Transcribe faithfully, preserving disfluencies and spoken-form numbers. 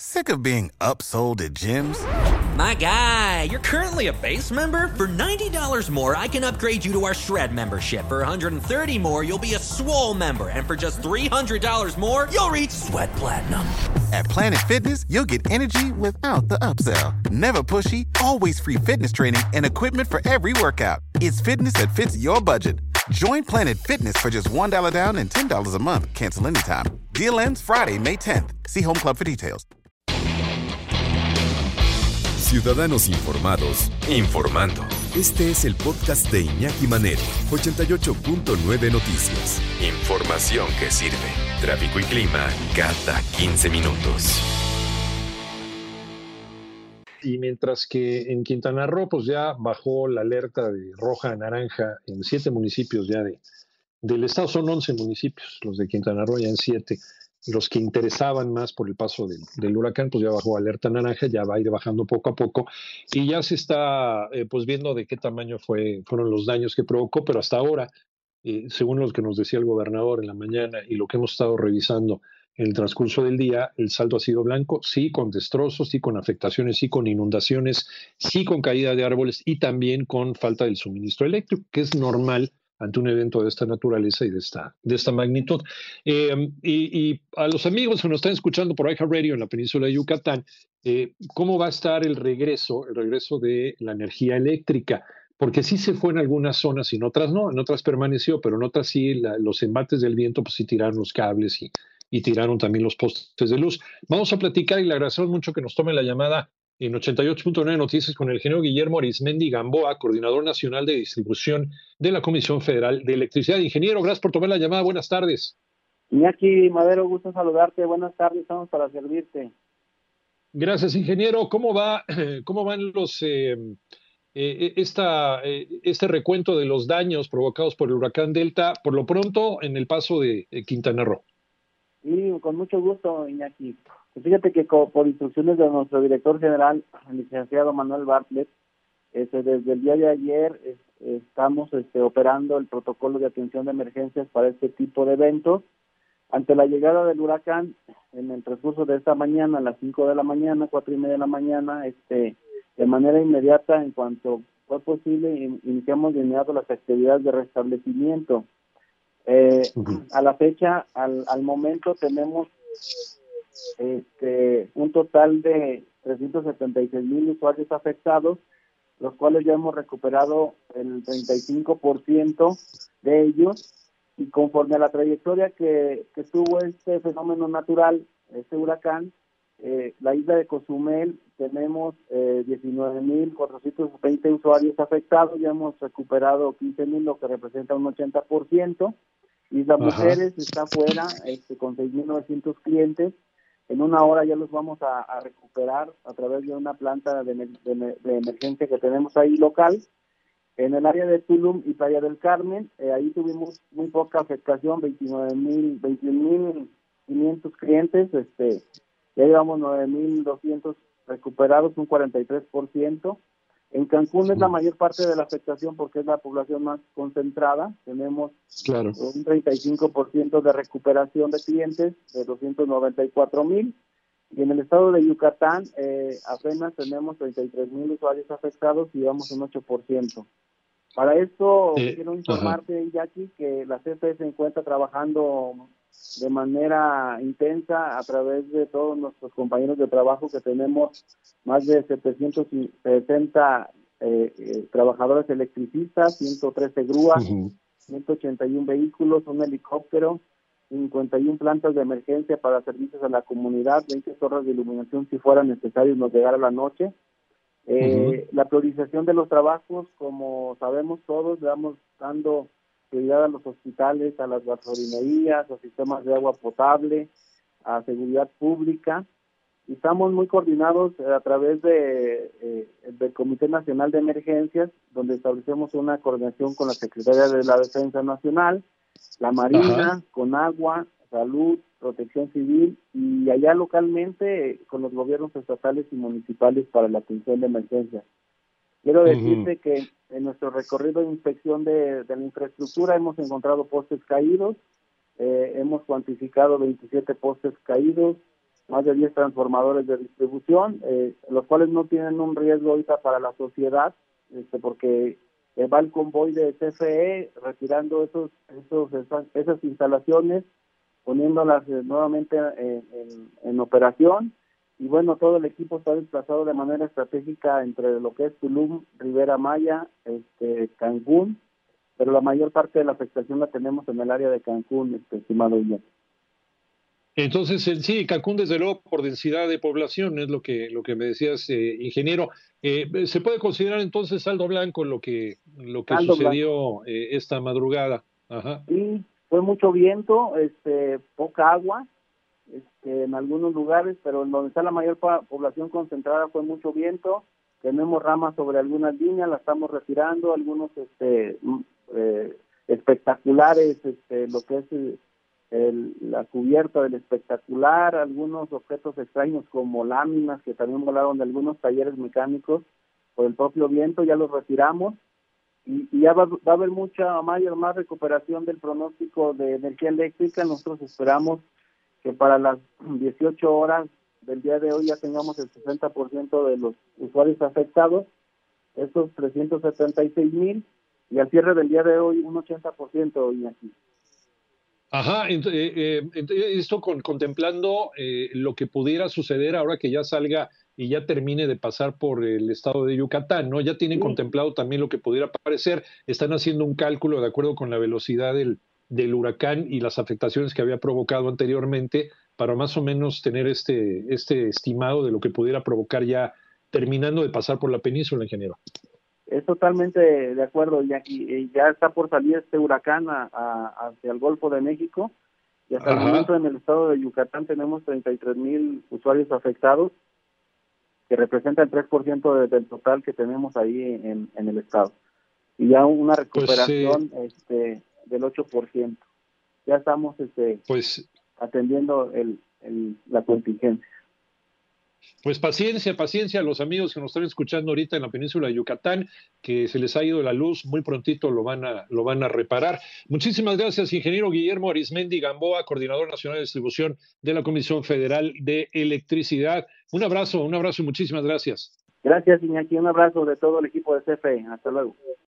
Sick of being upsold at gyms? My guy, you're currently a base member? For ninety dollars more, I can upgrade you to our Shred membership. For one hundred thirty dollars more, you'll be a Swole member. And for just three hundred dollars more, you'll reach Sweat Platinum. At Planet Fitness, you'll get energy without the upsell. Never pushy, always free fitness training and equipment for every workout. It's fitness that fits your budget. Join Planet Fitness for just one dollar down and ten dollars a month. Cancel anytime. Deal ends Friday, May tenth. See Home Club for details. Ciudadanos informados, informando. Este es el podcast de Iñaki Manero, ochenta y ocho punto nueve Noticias. Información que sirve. Tráfico y clima cada quince minutos. Y mientras que en Quintana Roo, pues ya bajó la alerta de roja a naranja en siete municipios ya de, del estado. Son once municipios, los de Quintana Roo ya en siete. Los que interesaban más por el paso del, del huracán, pues ya bajó alerta naranja, ya va a ir bajando poco a poco y ya se está eh, pues viendo de qué tamaño fue, fueron los daños que provocó, pero hasta ahora, eh, según lo que nos decía el gobernador en la mañana y lo que hemos estado revisando en el transcurso del día, el saldo ha sido blanco, sí con destrozos, sí con afectaciones, sí con inundaciones, sí con caída de árboles y también con falta del suministro eléctrico, que es normal ante un evento de esta naturaleza y de esta, de esta magnitud. Eh, y, y a los amigos que nos están escuchando por iHeartRadio en la península de Yucatán, eh, ¿cómo va a estar el regreso, el regreso de la energía eléctrica? Porque sí se fue en algunas zonas y en otras no, en otras permaneció, pero en otras sí, la, los embates del viento pues sí tiraron los cables y, y tiraron también los postes de luz. Vamos a platicar y le agradecemos mucho que nos tome la llamada en ochenta y ocho punto nueve Noticias con el ingeniero Guillermo Arizmendi Gamboa, coordinador nacional de distribución de la Comisión Federal de Electricidad. Ingeniero, gracias por tomar la llamada. Buenas tardes. Iñaki Madero, gusto saludarte. Buenas tardes, estamos para servirte. Gracias, ingeniero. ¿Cómo va, cómo van los eh, eh, esta, eh, este recuento de los daños provocados por el huracán Delta, por lo pronto, en el paso de eh, Quintana Roo? Sí, con mucho gusto, Iñaki. Fíjate que por instrucciones de nuestro director general, el licenciado Manuel Bartlett, este, desde el día de ayer es, estamos este, operando el protocolo de atención de emergencias para este tipo de eventos. Ante la llegada del huracán, en el transcurso de esta mañana, a las cinco de la mañana, cuatro y media de la mañana, este, de manera inmediata, en cuanto fue posible, in, iniciamos de inmediato las actividades de restablecimiento. Eh, uh-huh. A la fecha, al, al momento, tenemos Este, un total de trescientos setenta y seis mil usuarios afectados, los cuales ya hemos recuperado el treinta y cinco por ciento de ellos, y conforme a la trayectoria que, que tuvo este fenómeno natural, este huracán, eh, la isla de Cozumel, tenemos eh, diecinueve mil cuatrocientos veinte usuarios afectados, ya hemos recuperado quince mil, lo que representa un ochenta por ciento. Isla Mujeres está fuera este, con seis mil novecientos clientes. En una hora ya los vamos a, a recuperar a través de una planta de, de, de emergencia que tenemos ahí local. En el área de Tulum y Playa del Carmen, eh, ahí tuvimos muy poca afectación, veintinueve mil, veintiún mil quinientos clientes, este, ya llevamos nueve mil doscientos recuperados, un cuarenta y tres por ciento. En Cancún es la mayor parte de la afectación porque es la población más concentrada. Tenemos claro. un treinta y cinco por ciento de recuperación de clientes, de doscientos noventa y cuatro mil. Y en el estado de Yucatán eh, apenas tenemos treinta y tres mil usuarios afectados y llevamos un ocho por ciento. Para esto eh, quiero informarte, Jackie, que la C F E se encuentra trabajando de manera intensa a través de todos nuestros compañeros de trabajo, que tenemos más de setecientos sesenta eh, eh, trabajadores electricistas, ciento trece grúas, uh-huh. ciento ochenta y uno vehículos, un helicóptero, cincuenta y una plantas de emergencia para servicios a la comunidad, veinte torres de iluminación si fuera necesario nos llegara la noche. Eh, uh-huh. La priorización de los trabajos, como sabemos todos, le vamos dando prioridad a los hospitales, a las gasolinerías, a sistemas de agua potable, a seguridad pública. Y estamos muy coordinados a través de, eh, del Comité Nacional de Emergencias, donde establecemos una coordinación con la Secretaría de la Defensa Nacional, la Marina, Ajá. con Agua, Salud, Protección Civil, y allá localmente eh, con los gobiernos estatales y municipales para la atención de emergencias. Quiero decirte uh-huh. que en nuestro recorrido de inspección de, de la infraestructura hemos encontrado postes caídos, eh, hemos cuantificado veintisiete postes caídos, más de diez transformadores de distribución, eh, los cuales no tienen un riesgo ahorita para la sociedad, este, porque eh, va el convoy de C F E retirando esos, esos esas, esas instalaciones, poniéndolas eh, nuevamente en, en, en operación, y bueno, todo el equipo está desplazado de manera estratégica entre lo que es Tulum, Rivera Maya, este, Cancún, pero la mayor parte de la afectación la tenemos en el área de Cancún, este, estimado Iñaki. Entonces, sí, Cancún, desde luego, por densidad de población, es lo que, lo que me decías, eh, ingeniero. Eh, ¿Se puede considerar entonces saldo blanco lo que, lo que Saldo sucedió eh, esta madrugada? Ajá. Sí, fue mucho viento, este, poca agua, este, en algunos lugares, pero en donde está la mayor población concentrada fue mucho viento. Tenemos ramas sobre algunas líneas, las estamos retirando, algunos este, eh, espectaculares, este, lo que es el, el, la cubierta del espectacular, algunos objetos extraños como láminas que también volaron de algunos talleres mecánicos por el propio viento, ya los retiramos. Y, y ya va, va a haber mucha mayor más recuperación del pronóstico de energía eléctrica. Nosotros esperamos que para las dieciocho horas del día de hoy ya tengamos el sesenta por ciento de los usuarios afectados, estos trescientos setenta y seis mil, y al cierre del día de hoy un ochenta por ciento, Iñaki. Ajá, ent eh, eh, esto con, contemplando eh, lo que pudiera suceder ahora que ya salga y ya termine de pasar por el estado de Yucatán, ¿no? Ya tienen sí. contemplado también lo que pudiera aparecer, están haciendo un cálculo de acuerdo con la velocidad del, del huracán y las afectaciones que había provocado anteriormente para más o menos tener este, este estimado de lo que pudiera provocar ya terminando de pasar por la península, ingeniero. Es totalmente de acuerdo, Iñaki. Ya está por salir este huracán a, a, hacia el Golfo de México, y hasta Ajá. el momento en el estado de Yucatán tenemos treinta y tres mil usuarios afectados, que representa el tres por ciento de, del total que tenemos ahí en, en el estado. Y ya una recuperación pues, eh, este, del ocho por ciento. Ya estamos este, pues, atendiendo el, el, la contingencia. Pues paciencia, paciencia a los amigos que nos están escuchando ahorita en la península de Yucatán, que se les ha ido la luz, muy prontito lo van a, lo van a reparar. Muchísimas gracias, ingeniero Guillermo Arizmendi Gamboa, coordinador nacional de distribución de la Comisión Federal de Electricidad. Un abrazo, un abrazo y muchísimas gracias. Gracias, Iñaki, un abrazo de todo el equipo de C F E. Hasta luego.